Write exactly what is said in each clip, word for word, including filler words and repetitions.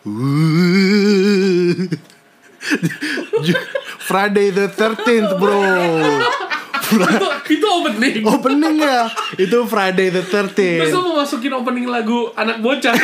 Friday the thirteenth bro. itu, itu opening. Opening ya. Itu Friday the thirteenth. Terus lu mau masukin opening lagu anak bocah.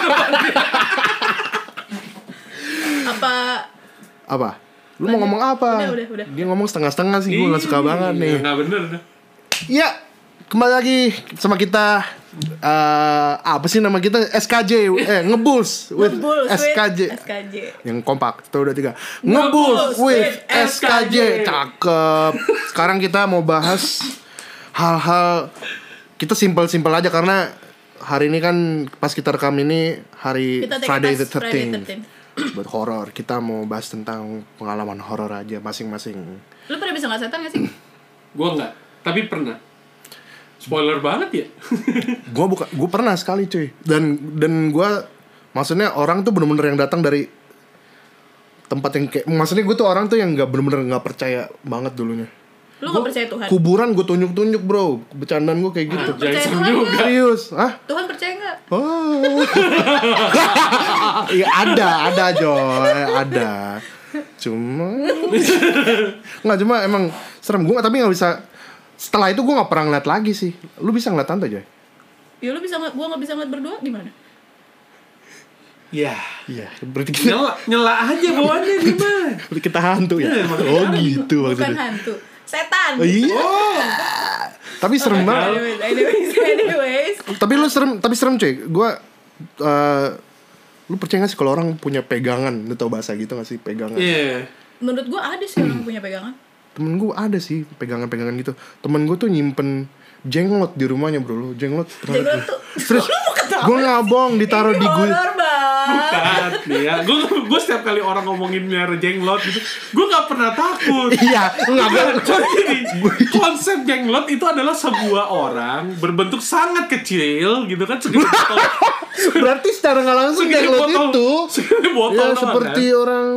Apa? Apa? Lu mau ngomong apa? Udah, udah, udah. Dia ngomong setengah-setengah sih, gue gak suka banget nih. Gak bener. Ya, kembali lagi sama kita. Uh, apa sih nama kita? S K J, eh Ngebulls with Ngebulls S K J. S K J. Yang kompak, itu udah tiga. Ngebulls Ngebulls with with S K J. Cakep. Sekarang kita mau bahas hal-hal kita simpel-simpel aja karena hari ini kan pas kita rekam ini hari Kita take Friday pas the thirteenth. Friday thirteenth. Buat horor, kita mau bahas tentang pengalaman horor aja masing-masing. Lu pernah bisa ngeliat setan gak sih? Gua enggak, tapi pernah. Spoiler banget ya. Gue buka, gue pernah sekali cuy. Dan dan gue, maksudnya orang tuh bener-bener yang datang dari tempat yang kayak, maksudnya gue tuh orang tuh yang nggak bener-bener nggak percaya banget dulunya. Lu gak percaya Tuhan? Kuburan gue tunjuk-tunjuk bro, bercandaan gue kayak gitu. Ah, percaya Jason Tuhan juga. gak? Serius, ah? Tuhan percaya gak? Oh. Iya ada, ada Joy, ada. Cuma, nggak cuma emang serem gue, tapi nggak bisa. Setelah itu gue nggak pernah ngeliat lagi sih. Lu bisa ngeliat tante Joy? Ya lu bisa ngeliat, gua gak bisa ngeliat berdua di mana? Ya, Iya, berarti kita, nyela, nyela aja bawaannya gimana? berarti kita hantu ya. Iya, Oh gitu Bukan maksudnya. hantu, setan. Oh, iya. Tapi serem banget. Anyways, anyways, anyways. Tapi lu serem, tapi serem cuy. Gua uh, lu percaya gak sih kalau orang punya pegangan? Lu tau bahasa gitu gak sih, pegangan? Iya. Menurut gua ada sih orang punya pegangan. Temen gue ada sih pegangan-pegangan gitu. Temen gue tuh nyimpen jenglot di rumahnya bro. Lu jenglot pernah Jenglot liat? tuh. Terus gue ngabong ditaruh di gue. Horor banget. Bukan, nih ya. Gue gue setiap kali orang ngomongin miara jenglot gitu, gue nggak pernah takut. Iya, enggak gue. Jadi gini, konsep jenglot itu adalah sebuah orang berbentuk sangat kecil gitu kan, segede botol. Berarti secara nggak langsung Segede jenglot botol, itu segede botol ya doang, seperti kan? orang.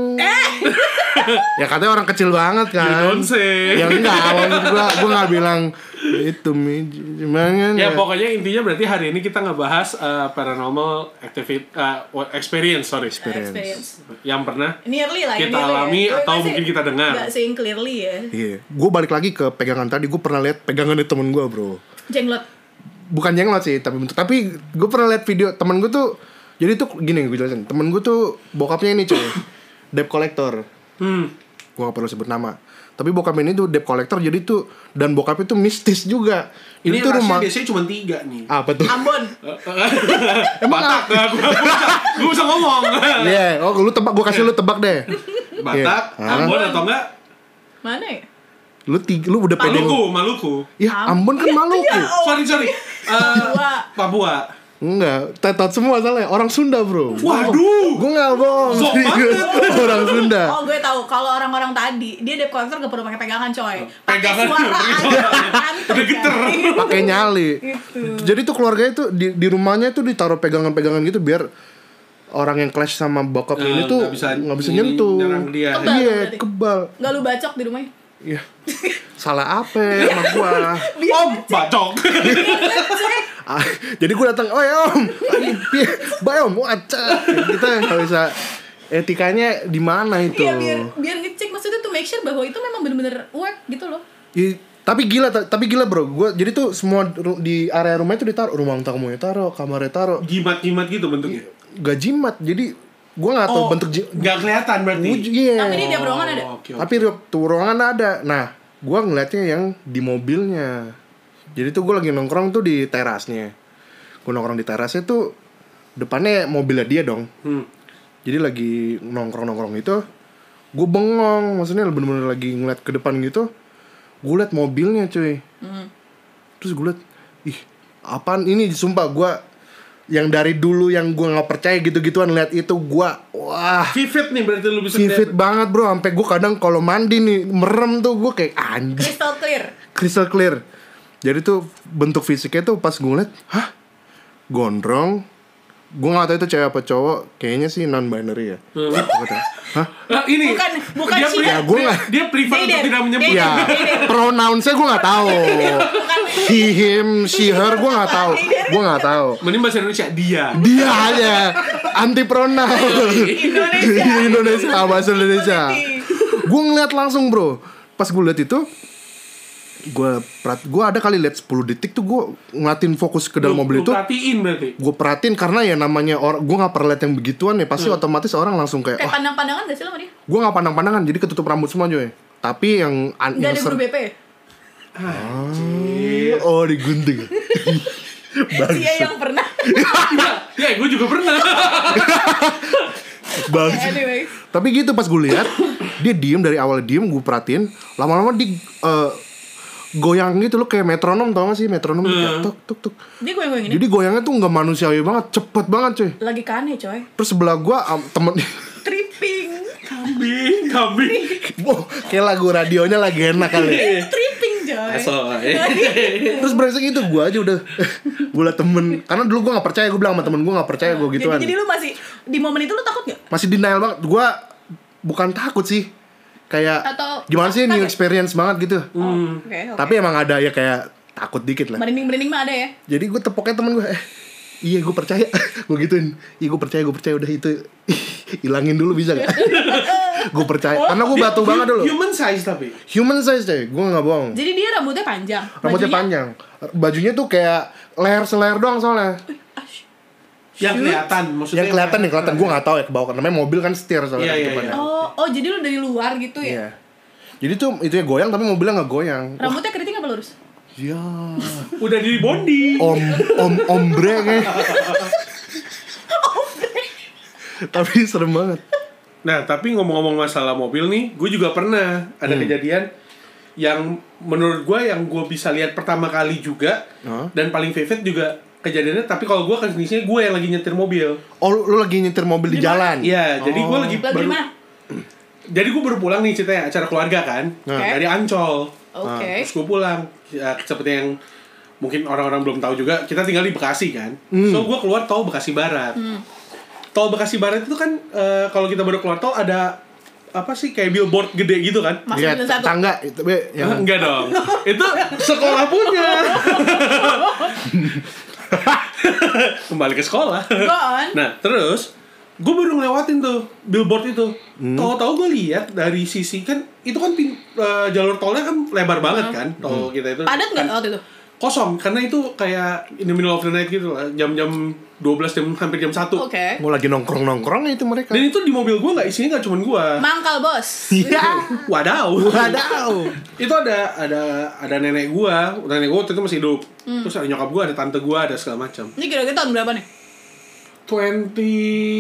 Ya katanya orang kecil banget kan. You don't say. Ya enggak, maksud gue gue nggak bilang itu mi gimana Ya pokoknya intinya berarti hari ini kita ngebahas uh, paranormal activity uh, experience sorry Experience. yang pernah Nearly lah. kita nearly alami ya. atau Gua mungkin sih kita dengar. Gak seeing clearly ya. Iya, gue balik lagi ke pegangan tadi. Gue pernah lihat pegangannya temen gue bro. Jenglot. Bukan jenglot sih, tapi bentuk. Tapi gue pernah lihat video temen gue tuh. Jadi tuh gini gue jelasin. Temen gue tuh bokapnya ini coy, debt collector. Hmm. Gue gak perlu sebut nama. Tapi bokapnya ini tuh debt collector. Jadi tuh, dan bokapnya tuh mistis juga. Ini tuh rasnya biasanya cuma tiga nih. apa tuh? Ambon. Emang Batak, gue bisa, gue bisa ngomong. Iya, yeah. Oh lu tebak, gue kasih lu tebak deh. Batak, Yeah. Ambon atau enggak? Mana ya? Lu tiga, lu udah pede. Maluku, Maluku. Ya Ambon kan Maluku. Ya, oh. Sorry sorry. Uh, Papua. Papua. Enggak, tetot semua soalnya. Orang Sunda bro. Waduh. Gue gak bohong. Sok banget. Orang Sunda. Oh gue tahu kalau orang-orang tadi dia debt collector gak perlu pakai pegangan coy. Pakai Pegangan, suara pakai aja. suara. Ngantuk Udah geter. kan. Pakai nyali. Gitu. Jadi tuh keluarganya tuh di, di rumahnya tuh ditaruh pegangan-pegangan gitu biar orang yang clash sama bokap Eh, ini tuh nggak bisa nggak bisa ini, nyentuh. nyerang dia. Kebal Iya, berarti. kebal. Gak lu bacok di rumahnya? Iya. Salah apa sama gua? Om, bacok. Ah, jadi gua datang, "Oh ya, Om. Bye Om, wacak." Kita nggak bisa etikanya di mana itu. Iya biar biar ngecek maksudnya tuh make sure bahwa itu memang bener-bener work gitu loh. I, tapi gila, tapi gila bro. Gua jadi tuh semua ru- di area rumah itu ditaruh, ruang tamunya taruh, kamarnya taruh. Jimat-jimat gitu bentuknya. Gak jimat, jadi gue nggak tahu Oh, bentuk ji- nggak kelihatan berarti. Wuj- iya. Tapi di tiap ruangan ada. Oh, oke, oke. Tapi ru- tuh ruangan ada. Nah, gue ngeliatnya yang di mobilnya. Jadi tuh gue lagi nongkrong tuh di terasnya. Gue nongkrong di terasnya tuh depannya mobilnya dia dong. Hmm. Jadi lagi nongkrong-nongkrong itu, gue bengong. Maksudnya bener-bener lagi ngeliat ke depan gitu. Gue liat mobilnya cuy. Hmm. Terus gue liat, ih apaan ini? Sumpah gue yang dari dulu yang gue nggak percaya gitu-gituan lihat itu gue wah Vivid nih berarti lu bisa vivid banget bro, sampai gue kadang kalau mandi nih merem tuh gue kayak anjir, Crystal clear. crystal clear. Jadi tuh bentuk fisiknya tuh pas gue liat, hah gondrong. Gue nggak tahu itu cewek apa cowok, kayaknya sih non binary ya. Hmm. Hah? Nah, ini Bukan bukan dia, sih. pri- Ya, gua nggak- dia prefer untuk They tidak menyebut. Ya pronoun saya gue nggak tahu. He, him, she, her gue nggak tau. Gue nggak tahu. Mending bahasa Indonesia dia. Dia aja. Anti pronoun. Indonesia. Indonesia, bahasa Indonesia. Gue ngeliat langsung bro. Pas gue liat itu, gue perat, gue ada kali liat sepuluh detik tuh gue ngeliatin fokus ke dalam Lu- mobil lu itu. perhatiin berarti. Gue perhatiin karena ya namanya orang, gue nggak pernah liat yang begituan ya. Pasti otomatis orang langsung kayak, Kayak wah, pandang-pandangan gak sih lo sama dia? gue nggak pandang-pandangan, jadi ketutup rambut semua Joy. Tapi yang an- Gak yang ada ser- guru B P ya? oh digunting. Cia yang pernah. Ya, gue juga pernah. Bang. Anyway. Tapi gitu pas gue lihat dia diem dari awal diem, gue perhatiin lama-lama di eh, goyang gitu loh kayak metronom, tau gak sih metronom tuh kayak tuk tuk tuk. Dia goyang-goyang ini. Jadi goyangnya tuh nggak manusiawi banget, cepet banget cuy. Lagi kane coy. Terus sebelah gue um, temen Tripping. Kambing, kambing. oh, kayak lagu radionya lagi enak kali. Tripping coy. Asoy. Terus brengsek itu gue aja udah gue liat temen, karena dulu gue nggak percaya, gue bilang sama temen gue nggak percaya gue gituan. Jadi, jadi lu masih di momen itu lu takut gak? Masih denial banget. Gue bukan takut sih, kayak Atau gimana sih new kaget? experience banget gitu. Oh, oke, oke. Tapi emang ada ya kayak takut dikit lah. merinding-merinding mah ada ya. Jadi gue tepoknya temen gue, eh iya gue percaya. Gue gituin, iya gue percaya, gue percaya. Udah itu hilangin dulu bisa gak? Gue percaya, karena gue batu banget dulu. Human size tapi. Human size deh, gue gak bohong. Jadi dia rambutnya panjang. Rambutnya Bajunya- panjang. Bajunya tuh kayak leher seleher doang soalnya. Yang Shoot. kelihatan maksudnya. Yang kelihatan nih, kelihatan. Gue gak tahu ya ke bawah, namanya mobil kan setir soalnya. Iya, iya, depannya. iya. Oh, oh jadi lu dari luar gitu ya? Iya. Jadi tuh itu ya goyang tapi mobilnya gak goyang. Rambutnya keriting apa lurus? Ya. Udah di bonding. Om om ombre kayak. Tapi serem banget. Nah, tapi ngomong-ngomong masalah mobil nih, gue juga pernah ada Hmm. kejadian yang menurut gue yang gue bisa lihat pertama kali juga Hah? dan paling vivid juga kejadiannya. Tapi kalau gue kan kondisinya gue yang lagi nyetir mobil. Oh lu, lu lagi nyetir mobil di Di mana? jalan? Iya, jadi gue Oh. lagi Lagi di mana? Jadi gue baru pulang nih ceritanya acara keluarga kan Nah. dari Ancol. Oke. Terus gue pulang, ya, seperti yang mungkin orang-orang belum tahu juga, kita tinggal di Bekasi kan. Hmm. So gue keluar tol Bekasi Barat. Tol Bekasi Barat itu kan eh, kalau kita baru keluar tol ada apa sih kayak billboard gede gitu kan? Masuk Iya, jalan satu. tangga itu be yang Enggak dong. Itu sekolah punya. Kembali ke sekolah. Go on. Nah, terus gue baru ngelewatin tuh billboard itu. Tahu-tahu gue lihat dari sisi kan itu kan pin, eh, jalur tolnya kan lebar banget kan. Tol kita itu. Padat nggak kan waktu itu? kosong karena itu kayak in the middle of the night gitu lah. Jam-jam dua belas jam hampir jam satu. Oke. mau lagi nongkrong-nongkrong itu mereka. Dan itu di mobil gue nggak isinya nggak cuma gue. Mangkal bos. Iya. Wadaw. Wadaw. Itu ada ada ada nenek gua, nenek gua waktu itu masih hidup. Terus ada nyokap gua, ada tante gua, ada segala macam. Ini kira-kira tahun berapa nih? twenty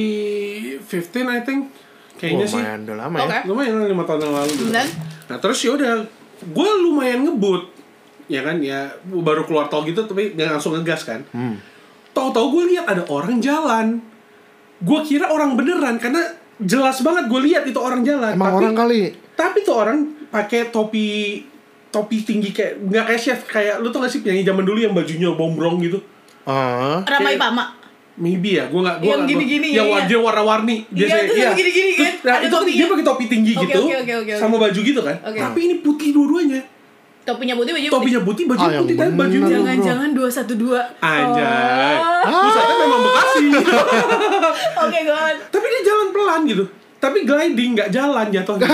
fifteen I think. Kayaknya Oh, sih. lumayan, udah lama Oke. ya. Lumayan lima tahun yang lalu gitu. Dan? Nah, terus ya udah gua lumayan ngebut. Ya kan, ya baru keluar tol gitu tapi nggak langsung ngegas kan. Hmm. Tahu-tahu gue lihat ada orang jalan. Gue kira orang beneran karena jelas banget gue lihat itu orang jalan. Emang Tapi- orang kali. Tapi tuh orang pakai topi topi tinggi kayak nggak kayak chef, kayak lu tuh nggak sih penyanyi zaman dulu yang bajunya bombrong gitu. Ah. Ramai Pama. Maybe ya, gue nggak gue Yang gini-gini, yang iya, warna warna-warni Iya, terus yang gini-gini kan, Nah, ada itu kan topinya. dia pakai topi tinggi Oke, gitu oke, oke, oke, oke. sama baju gitu kan. Oke. Tapi ini putih dua-duanya. Topinya putih, baju putih. Topinya putih, baju Ah, yang putih dan baju bener. Jangan-jangan dua satu dua. Anjay. Oh. Pusatnya memang Bekasi. Oke, go on. Tapi dia jalan pelan gitu. Tapi gliding nggak jalan jatuhnya.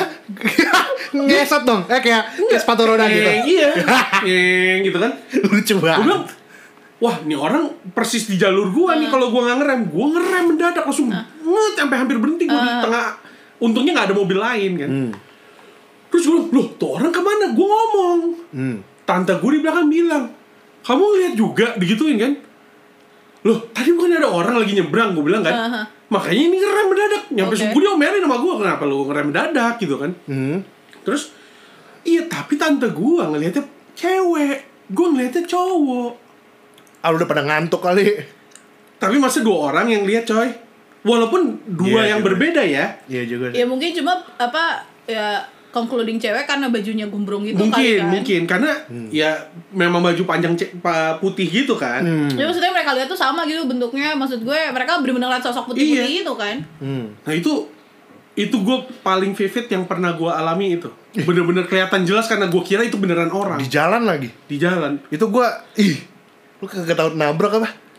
Ngesot dong. Eh kayak, kayak sepatu roda gitu. Yang iya. Yang gitu kan. Lucu Gue banget. bilang, wah ini orang persis di jalur gua nih. Kalau gua nggak ngerem, gua ngerem mendadak langsung nget sampai hampir berhenti gua di tengah. Untungnya nggak ada mobil lain kan. Terus gue bilang, loh tuh orang kemana? Gue ngomong. Hmm. Tante gue di belakang bilang, kamu ngeliat juga digituin kan? Loh tadi bukan ada orang lagi nyebrang, gue bilang kan. Aha. Makanya ini ngerem mendadak. Nyampe Oke. okay. Dia omelin sama gue, kenapa lu ngerem mendadak gitu kan. Hmm. Terus, iya tapi tante gue ngeliatnya cewek, gue ngeliatnya cowok. Ah udah pada ngantuk kali. Tapi masa dua orang yang lihat coy. Walaupun dua Iya yang juga. berbeda ya. Iya juga. Ya mungkin cuma apa ya concluding cewek karena bajunya gombrong gitu Mungkin, kali kan. mungkin karena Hmm. ya memang baju panjang ce- pa- putih gitu kan. Hmm. Ya maksudnya mereka lihat tuh sama gitu bentuknya. Maksud gue mereka bener-bener lihat sosok putih-putih Iya. itu kan. Hmm. Nah itu itu gue paling vivid yang pernah gue alami itu. Bener-bener kelihatan jelas karena gue kira itu beneran orang Di jalan lagi. di jalan. Itu gua ih, lu kagak tahu nabrak apa?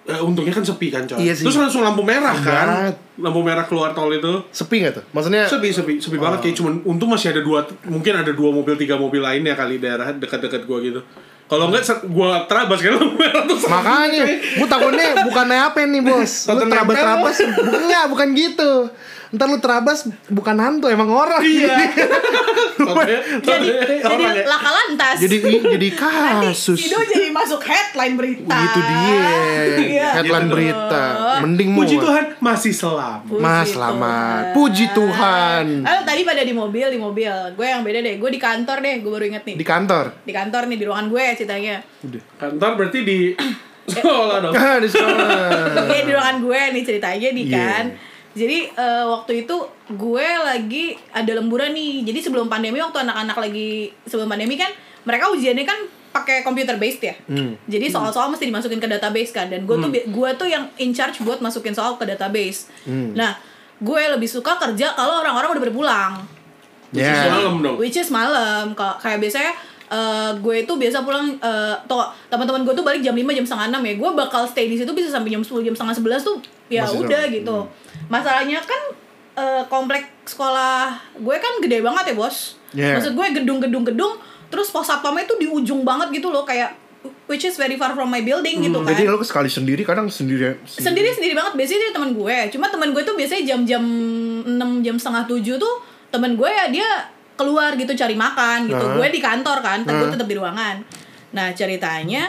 Eh, untungnya kan sepi kan coy. Iya sih. Terus langsung lampu merah kan. Banget. Lampu merah keluar tol itu. Sepi nggak tuh? Maksudnya Sepi, sepi, sepi Oh. banget kayak cuman untung masih ada dua, mungkin ada dua mobil, tiga mobil lainnya kali daerah dekat-dekat gua gitu. Kalau enggak set- gua terabas kan lampu merah tuh. makanya gue takutnya bukan apa nih bos. Lu Tonton terabas-terabas bukan nggak, bukan gitu. Ntar lu terabas bukan hantu, emang orang. Iya. Jadi jadi laka lantas. jadi jadi kasus. Sido jadi masuk headline berita. Itu dia. Iya. Headline Gitu berita. Mending mau. Puji Tuhan masih selamat. Puji Mas Tuhan. selamat. Puji Tuhan. Ayo tadi pada di mobil, di mobil. Gue yang beda deh. Gue di kantor deh. Gue baru inget nih. Di kantor. Di kantor nih, di ruangan gue ceritanya. Kantor berarti di sekolah dong. Ah, di sekolah. Iya, di ruangan gue nih ceritanya nih Iya. kan. Jadi eh, waktu itu gue lagi ada lemburan nih. Jadi sebelum pandemi, waktu anak-anak lagi sebelum pandemi kan mereka ujiannya kan pakai computer based ya. Hmm. Jadi soal-soal mesti dimasukin ke database kan. Dan gue tuh bi- gue tuh yang in charge buat masukin soal ke database. Hmm. Nah, gue lebih suka kerja kalau orang-orang udah berpulang. Which is Ya. malam dong. Which is malam. Ka- Kayak biasanya eh, gue itu biasa pulang eh tuh teman-teman gue tuh balik jam lima jam setengah enam ya. Gue bakal stay di situ bisa sampai jam sepuluh jam setengah sebelas tuh ya Masih udah sama. gitu. Masalahnya kan eh, komplek sekolah gue kan gede banget ya, Bos. Yeah. Maksud gue gedung-gedung-gedung terus pos satpamnya tuh di ujung banget gitu loh, kayak which is very far from my building gitu kan. Jadi lo sekali sendiri, kadang sendiri. Sendiri sendiri banget, biasanya dia teman gue. Cuma teman gue tuh biasanya jam-jam enam jam setengah tujuh tuh teman gue ya dia keluar gitu cari makan gitu. Hah? Gue di kantor kan, tapi gue Hah? tetap di ruangan. Nah, ceritanya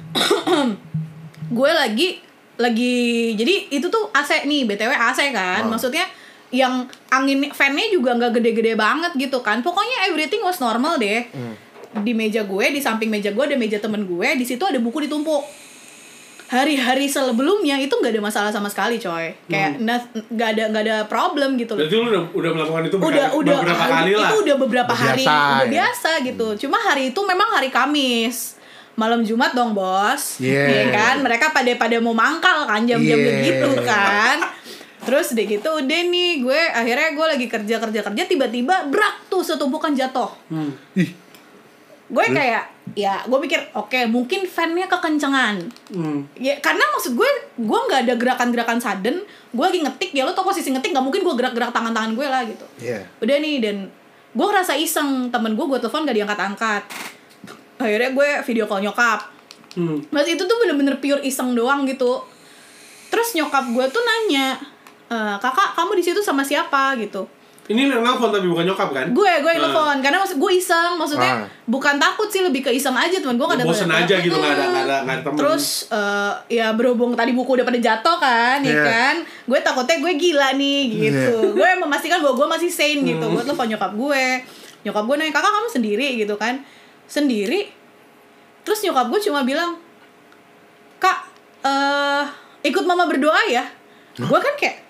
gue lagi lagi jadi itu tuh A C nih, B T W A C kan. Oh. Maksudnya yang angin fan-nya juga nggak gede-gede banget gitu kan. Pokoknya everything was normal deh. Hmm. Di meja gue, di samping meja gue ada meja temen gue, di situ ada buku ditumpuk. Hari-hari sebelumnya itu nggak ada masalah sama sekali, coy. Kayak nah, nggak ada nggak ada problem gitu loh. Berarti lu udah udah melakukan itu Udah berkali- udah beberapa kali lah. itu udah beberapa Udah hari, biasa, udah ya. biasa gitu. Cuma hari itu memang hari Kamis. Malam Jumat dong, Bos. Yeah. Iya kan? Mereka pada pada mau mangkal kan jam-jam Yeah. begitu kan. Terus udah gitu udah nih gue akhirnya gue lagi kerja-kerja-kerja tiba-tiba brak tuh setumpukan jatuh. Hmm. Ih, Gue kayak ya gue pikir oke mungkin fan-nya kekencengan. Hmm. Ya karena maksud gue gue nggak ada gerakan-gerakan sudden. Gue lagi ngetik ya lo tau posisi ngetik nggak mungkin gue gerak-gerak tangan-tangan gue lah gitu. iya. Udah nih dan gue ngerasa iseng, temen gue gue telepon gak diangkat-angkat. Akhirnya gue video call nyokap. Hmm. Mas itu tuh bener-bener pure iseng doang gitu. Terus nyokap gue tuh nanya, e, kakak kamu di situ sama siapa gitu. Ini yang nelfon tapi bukan nyokap kan? Gue gue yang Nah. telepon karena maksud gue iseng, maksudnya Ah. bukan takut sih, lebih ke iseng aja teman gue nggak ada Bosen temen. aja gitu, nggak ada- Mm. nggak ada- nggak ada temen. Terus eh, ya berhubung tadi buku udah pada jatuh kan, ya Yeah. kan, gue takutnya gue gila nih gitu. Yeah. Gue memastikan bahwa gue masih sane gitu. Hmm. Gue telepon nyokap gue, nyokap gue nanya kakak kamu sendiri gitu kan, sendiri. Terus nyokap gue cuma bilang, kak eh ikut mama berdoa ya. Gue kan kayak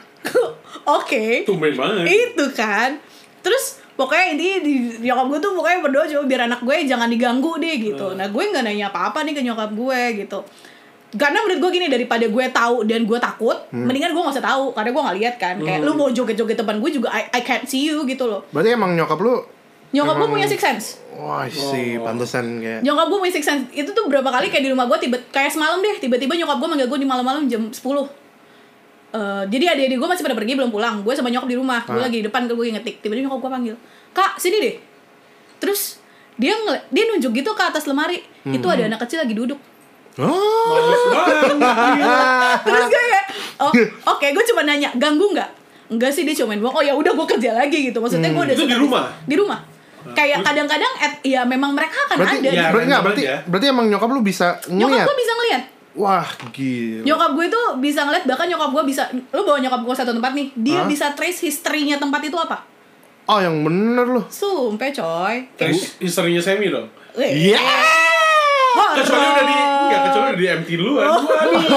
oke. Tumben banget. Itu kan. Terus pokoknya intinya di nyokap gue tuh pokoknya berdoa coba biar anak gue jangan diganggu deh gitu. Nah gue nggak nanya apa-apa nih ke nyokap gue gitu. Karena menurut gue gini, daripada gue tahu dan gue takut, mendingan gue nggak usah tahu karena gue nggak lihat kan. Kayak lu mau joget-joget depan gue juga I, I can't see you gitu loh. Berarti emang nyokap lu Nyokap gue emang- punya six sense. Wah sih, Oh. pantesan kayak. Nyokap gue punya six sense. Itu tuh berapa kali kayak di rumah gue tiba kayak semalam deh tiba-tiba nyokap gue manggil gue di malam-malam jam sepuluh. Eh, jadi adik-adik gue masih pada pergi belum pulang. Gue sama nyokap di rumah. Gue Ah. lagi di depan gue ngetik. Tiba-tiba nyokap gue panggil, "Kak, sini deh." Terus dia ngel- dia nunjuk gitu ke atas lemari. Itu ada anak kecil lagi duduk. Oh. Males banget. Terus gue kayak, "Oh, oke, gue cuma nanya, ganggu nggak?" Enggak sih, dia cuma bilang, "Oh ya udah gue kerja lagi gitu." Maksudnya gue udah Itu di selesai. rumah? Di rumah. Kayak kadang-kadang at, ya memang mereka akan Berarti ada. ya, gitu. berarti enggak random berarti aja. berarti emang nyokap lu bisa Nyokap ngeliat. gue bisa ngeliat. Wah, gila. Nyokap gue tuh bisa ngeliat, bahkan nyokap gue bisa, lu bawa nyokap gue satu tempat nih, dia Hah? bisa trace history-nya tempat itu apa. Oh, yang bener lu. Sumpah coy. Terus historinya Semi dong. Iya. Kecuali udah di enggak, kecuali udah di M T duluan. Oh.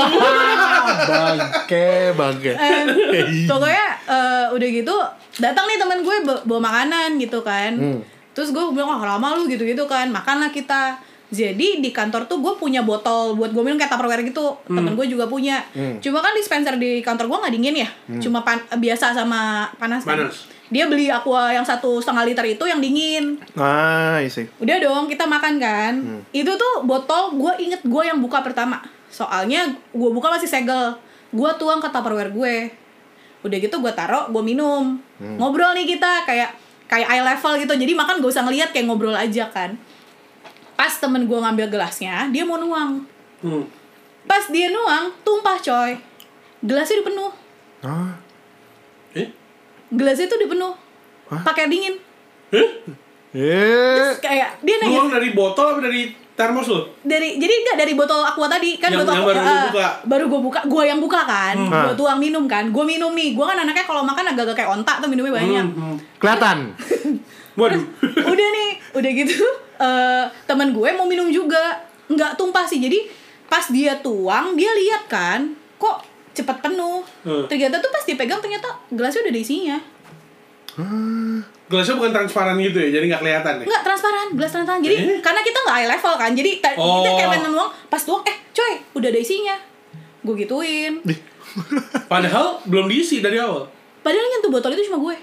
Bangke, bangke. Eh, pokoknya eh, udah gitu datang nih teman gue ba- bawa makanan gitu kan. Hmm. Terus gue bilang, "Ah, lama lu gitu-gitu kan, makanlah kita." Jadi di kantor tuh gue punya botol buat gue minum kayak Tupperware gitu. Temen gue juga punya. Hmm. Cuma kan dispenser di kantor gue nggak dingin ya, cuma pan- biasa sama panas. kan. Panas. Dia beli aqua yang satu setengah liter itu yang dingin. Ah, isi. Udah dong kita makan kan. Hmm. Itu tuh botol gue inget gue yang buka pertama. Soalnya gue buka masih segel. Gue tuang ke Tupperware gue. Udah gitu gue taruh, gue minum. Hmm. Ngobrol nih kita kayak kayak eye level gitu. Jadi makan gak usah ngeliat, kayak ngobrol aja kan. Pas temen gue ngambil gelasnya, dia mau nuang. Hmm. Pas dia nuang, tumpah coy. Gelasnya udah penuh. Hah? Eh? Gelasnya tuh udah penuh. Pakai dingin. Eh? Eh. Terus kayak dia nanya. Nuang dari botol apa dari termos lo? Dari jadi enggak dari botol aqua tadi kan, yang, botol yang aqua, baru uh, buka. baru gue buka, gue yang buka kan, hmm. gue tuang minum kan, gue minum nih, gue kan anaknya kalau makan agak-agak kayak ontak tuh minumnya banyak. Hmm, hmm. Kelihatan. Waduh. Udah nih, udah gitu uh, teman gue mau minum juga, nggak tumpah sih, jadi pas dia tuang dia lihat kan, kok cepet penuh. Hmm. Ternyata tuh pas dia pegang ternyata gelasnya udah ada isinya. Hmm. Gelasnya bukan transparan gitu ya, jadi nggak kelihatan ya? Nggak transparan, gelas transparan. Jadi eh? karena kita nggak eye level kan, jadi ta- oh. kita kayak main nuang, pas tuang, eh coy, udah ada isinya. Gue gituin. Padahal belum diisi dari awal. Padahal yang tuh botol itu cuma gue.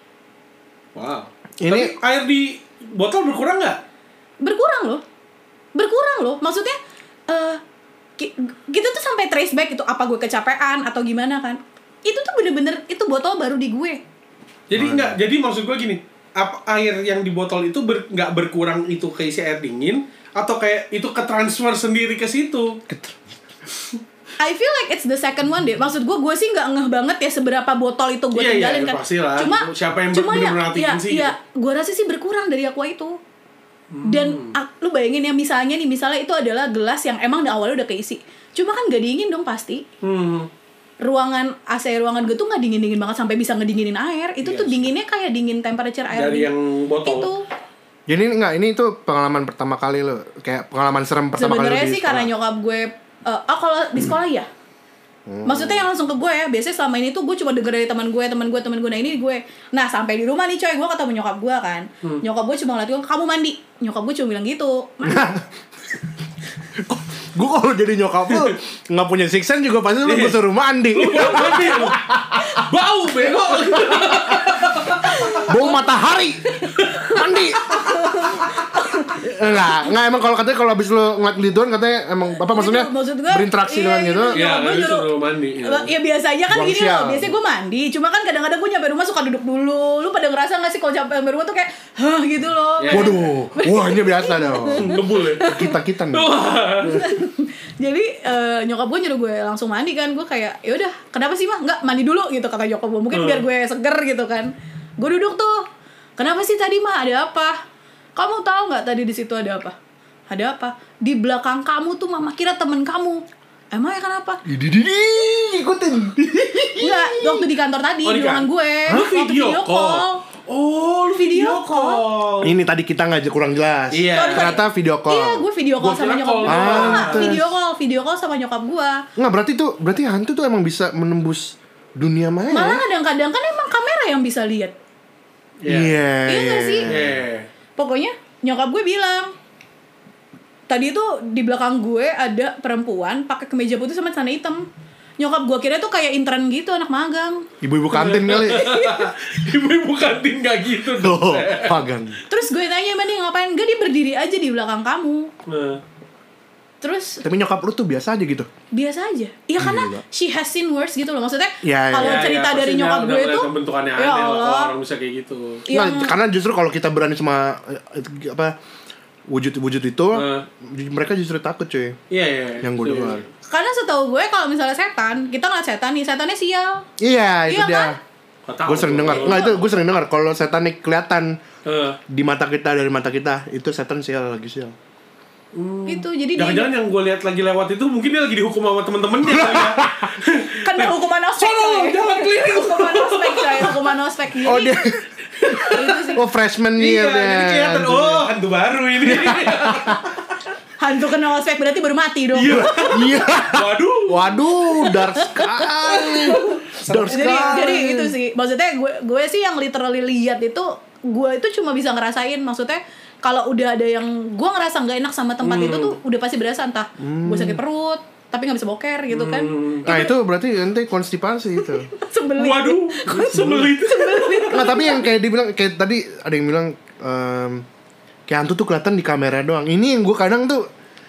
Wow. Ini tapi air di botol berkurang nggak? Berkurang loh, berkurang loh. Maksudnya, uh, ki- kita tuh sampai trace back itu apa gue kecapean atau gimana kan? Itu tuh bener-bener itu botol baru di gue. Jadi oh, enggak, jadi maksud gue gini, apa air yang di botol itu ber, enggak berkurang itu keisi air dingin atau kayak itu ketransfer sendiri ke situ? I feel like it's the second one deh. Maksud gue, gue sih nggak ngeh banget ya seberapa botol itu gue iya, tinggalin iya, kan. Pastilah. Cuma, siapa yang cuma ya, bener-bener ya, sih? ya, gue rasa sih berkurang dari aqua itu. Hmm. Dan ah, lu bayangin ya misalnya nih, misalnya itu adalah gelas yang emang di awalnya udah keisi. Cuma kan gak dingin dong pasti. Hmm. Ruangan A C ruangan gue tuh nggak dingin dingin banget sampai bisa ngedinginin air. Itu yes. tuh dinginnya kayak dingin temperature air dari yang botol itu. Jadi enggak, ini tuh pengalaman pertama kali lo, kayak pengalaman serem pertama kali. Sebenarnya sih karena nyokap gue uh, oh kalau di sekolah hmm. ya hmm. maksudnya yang langsung ke gue ya. Biasanya selama ini tuh gue cuma denger dari teman gue teman gue teman gue nah ini gue. Nah sampai di rumah nih coy, gue ketemu nyokap gue kan. hmm. Nyokap gue cuma ngeliat gue, kamu mandi. Nyokap gue cuma bilang gitu. Gue kalau jadi nyokap lu nggak punya six sense juga pasti lu gue suruh mandi. Lu mandi lu. Bau bego. Bau matahari. Mandi. Enggak, enggak emang kalau katanya kalau habis lu ngeliat gituan katanya emang apa maksudnya maksud gue, berinteraksi iya, dengan gitu. Iya, gue suruh mandi. Ya. ya biasa aja kan Buang gini sial. loh. Biasanya gue mandi, cuma kan kadang-kadang gue nyampe rumah suka duduk dulu. Lu pada ngerasa enggak sih kalau nyampe rumah tuh kayak hah gitu loh. Ya. Waduh. Wah, ini biasa dong. Ngebul ya. Kita-kita nih. Jadi uh, nyokap gue nyuruh gue langsung mandi kan. Gue kayak ya udah, kenapa sih mah? Enggak, mandi dulu gitu kata nyokap gue. Mungkin hmm. biar gue seger gitu kan. Gue duduk tuh. Kenapa sih tadi mah, ada apa? Kamu tahu nggak tadi di situ ada apa? Ada apa? Di belakang kamu tuh mama kira temen kamu. Emang ya kenapa? Didi ikutin. Enggak, waktu di kantor tadi oh, di ruangan gue. Lu waktu video call. call. Oh, lu video, video call. Ini tadi kita ngajak kurang jelas. Iya. Ternyata video call. Iya, gue video call gua sama nyokap gue. Ah, video call, video call sama nyokap gue. Nggak, berarti tuh berarti hantu tuh emang bisa menembus dunia maya. Malah kadang-kadang kan emang kamera yang bisa lihat. Iya. Yeah. Iya nggak sih? Yeah. Pokoknya nyokap gue bilang tadi tuh di belakang gue ada perempuan pakai kemeja putih sama celana hitam. Nyokap gue kira tuh kayak intern gitu, anak magang. Ibu-ibu kantin kali. Ibu-ibu kantin gak gitu tuh. Magang. Terus gue tanya, "Mbak, dia ngapain?" "Enggak, dia berdiri aja di belakang kamu." Nah. Terus tapi nyokap lu tuh biasa aja gitu. Biasa aja. Iya karena hmm, she has seen worse gitu loh. Maksudnya ya, kalau ya, cerita ya, dari nyokap gue tuh bentukannya ya aneh Allah. lah, orang bisa kayak gitu. Yang... Nah, karena justru kalau kita berani sama apa wujud-wujud itu, uh. mereka justru takut cuy. Iya, iya. Yang gue dengar. Karena setahu gue kalau misalnya setan, kita ngeliat setan nih, setannya sial. Iya, itu iya, dia. Kan? Gue sering dengar. Nggak, itu gue sering dengar kalau setan nih kelihatan uh. di mata kita, dari mata kita, itu setan sial, lagi sial. Hmm. Gitu, jadi jangan-jangan yang gue lihat lagi lewat itu mungkin dia lagi dihukum sama temen-temennya ya. Kena hukuman ospek. Sono, jangan keliling. Hukuman ospek, coy. Hukuman ospek. Jadi, oh dia. Oh freshman nih ya. Iya, jadi kelihatan. Oh, hantu baru ini. Hantu kena ospek berarti baru mati dong. Iya. Iya. Waduh. Waduh, dark sekali. Dark sekali. Jadi, jadi itu sih. Maksudnya gue gue sih yang literally lihat itu, gue itu cuma bisa ngerasain. Maksudnya kalau udah ada yang gue ngerasa nggak enak sama tempat hmm. itu tuh udah pasti berasa, entah hmm. gue sakit perut tapi nggak bisa boker gitu kan. Hmm. Nah itu berarti nanti konstipasi itu. Sebelit. Waduh, sebelit. Nah tapi yang kayak dibilang kayak tadi ada yang bilang um, kayak hantu tuh kelihatan di kamera doang. Ini yang gue kadang tuh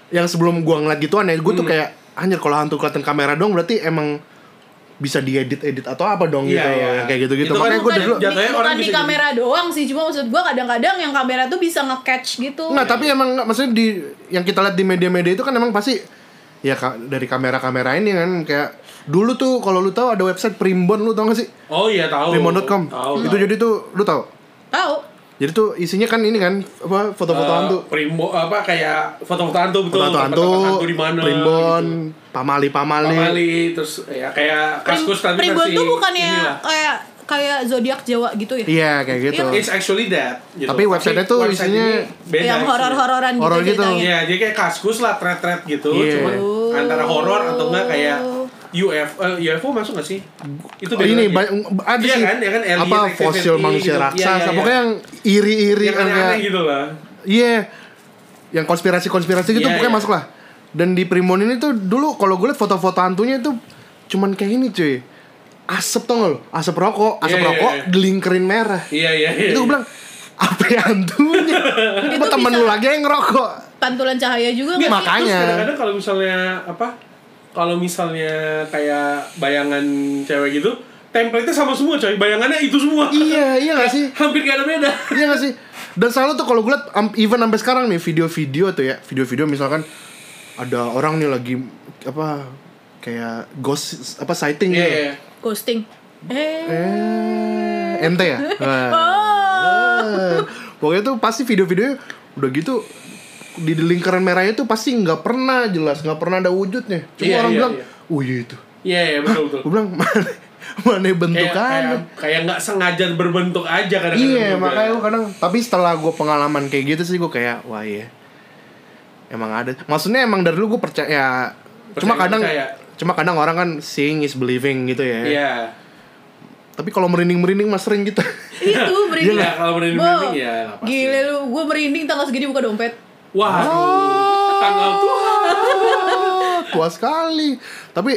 yang sebelum gua ngeliat gituan ya, gua tuh kayak anjir kalau hantu kelihatan kamera dong berarti emang bisa diedit-edit atau apa dong Iya, gitu. iya. Yang kayak gitu-gitu. Itu kan Makanya gua bukan dari dulu jatuhnya Bukan orang di bisa kamera doang sih, cuma maksud gue kadang-kadang yang kamera tuh bisa nge-catch gitu. Enggak, tapi emang nggak, maksudnya di yang kita lihat di media-media itu kan emang pasti ya ka, dari kamera-kamera ini kan kayak dulu tuh kalau lu tahu ada website Primbon, lu tau gak sih? Oh iya tahu. primbon dot com. Tahu. Itu tahu. jadi tuh lu tahu. Tahu. Jadi tuh isinya kan ini kan apa foto-foto Eh, hantu. Primbo apa kayak foto-foto hantu betul. Foto hantu, Tempat-tempat hantu di mana? Primbon, gitu. pamali-pamali. Pamali terus ya kayak kaskus tapi Primbon versi tuh bukannya inilah. kayak kayak zodiak Jawa gitu ya? Iya, kayak gitu. It's actually that. Gitu. Tapi website-nya tuh website isinya ini beda. Yang isinya. horor-hororan gitu, Horor gitu. ceritanya. Iya, jadi kayak kaskus lah, thread-thread gitu. Iya. Cuman Oh. antara horor atau enggak kayak U F O, uh, U F O masuk gak sih? Itu Oh, beda ini lagi. ba- ada Iya sih kan, ya kan, alien apa activity fosil manusia gitu. raksasa, Iya, iya, iya. pokoknya yang iri-iri yang kan aneh-aneh kayak gitu lah. iya, yang konspirasi-konspirasi gitu Iya, pokoknya iya. masuk lah. Dan di Primbon ini tuh dulu kalau gue liat foto-foto hantunya itu cuman kayak ini cuy, asap tau gak lo, asap rokok, asap Iya, iya, rokok iya. dilingkerin merah. Iya, iya, iya. Itu gue bilang apa ya hantunya? Itu temen bisa- lu lagi yang ngerokok. Pantulan cahaya juga Nggak, nggak sih? makanya. terus kadang-kadang kalau misalnya apa? Kalau misalnya kayak bayangan cewek gitu, template-nya sama semua coy. Bayangannya itu semua. Iya, iya gak sih? Hampir gak ada beda. Iya gak sih? Dan selalu tuh kalau gue liat um, even sampai sekarang nih video-video tuh ya, video-video misalkan ada orang nih lagi apa kayak ghost apa sighting Iya, gitu. iya. Ghosting. Eh. Eh, ente ya? Nah. Oh. Eh, pokoknya tuh pasti video-video udah gitu di lingkaran merahnya tuh pasti nggak pernah jelas, nggak pernah ada wujudnya. Cuma Iya, orang iya, bilang, iya. oh iya itu. Iya, iya, betul betul. Gue bilang mana mana Kayak bentukannya. kayak kayak nggak sengaja berbentuk aja kadang-kadang. Iya, juga. makanya gue kadang. Tapi setelah gue pengalaman kayak gitu sih gue kayak, wah iya, emang ada. Maksudnya emang dari dulu gue percaya. Cuma Percaya, kadang, percaya. cuma kadang orang kan seeing is believing gitu ya. Iya. Tapi kalau merinding-merinding mas sering gitu. Itu merinding. Iya, kalau merinding-merinding Bo, ya lah pasti. Gile lu, gue merinding tanggal segini buka dompet. Wah, Oh. tanggal Tuhan. Tua sekali. Tapi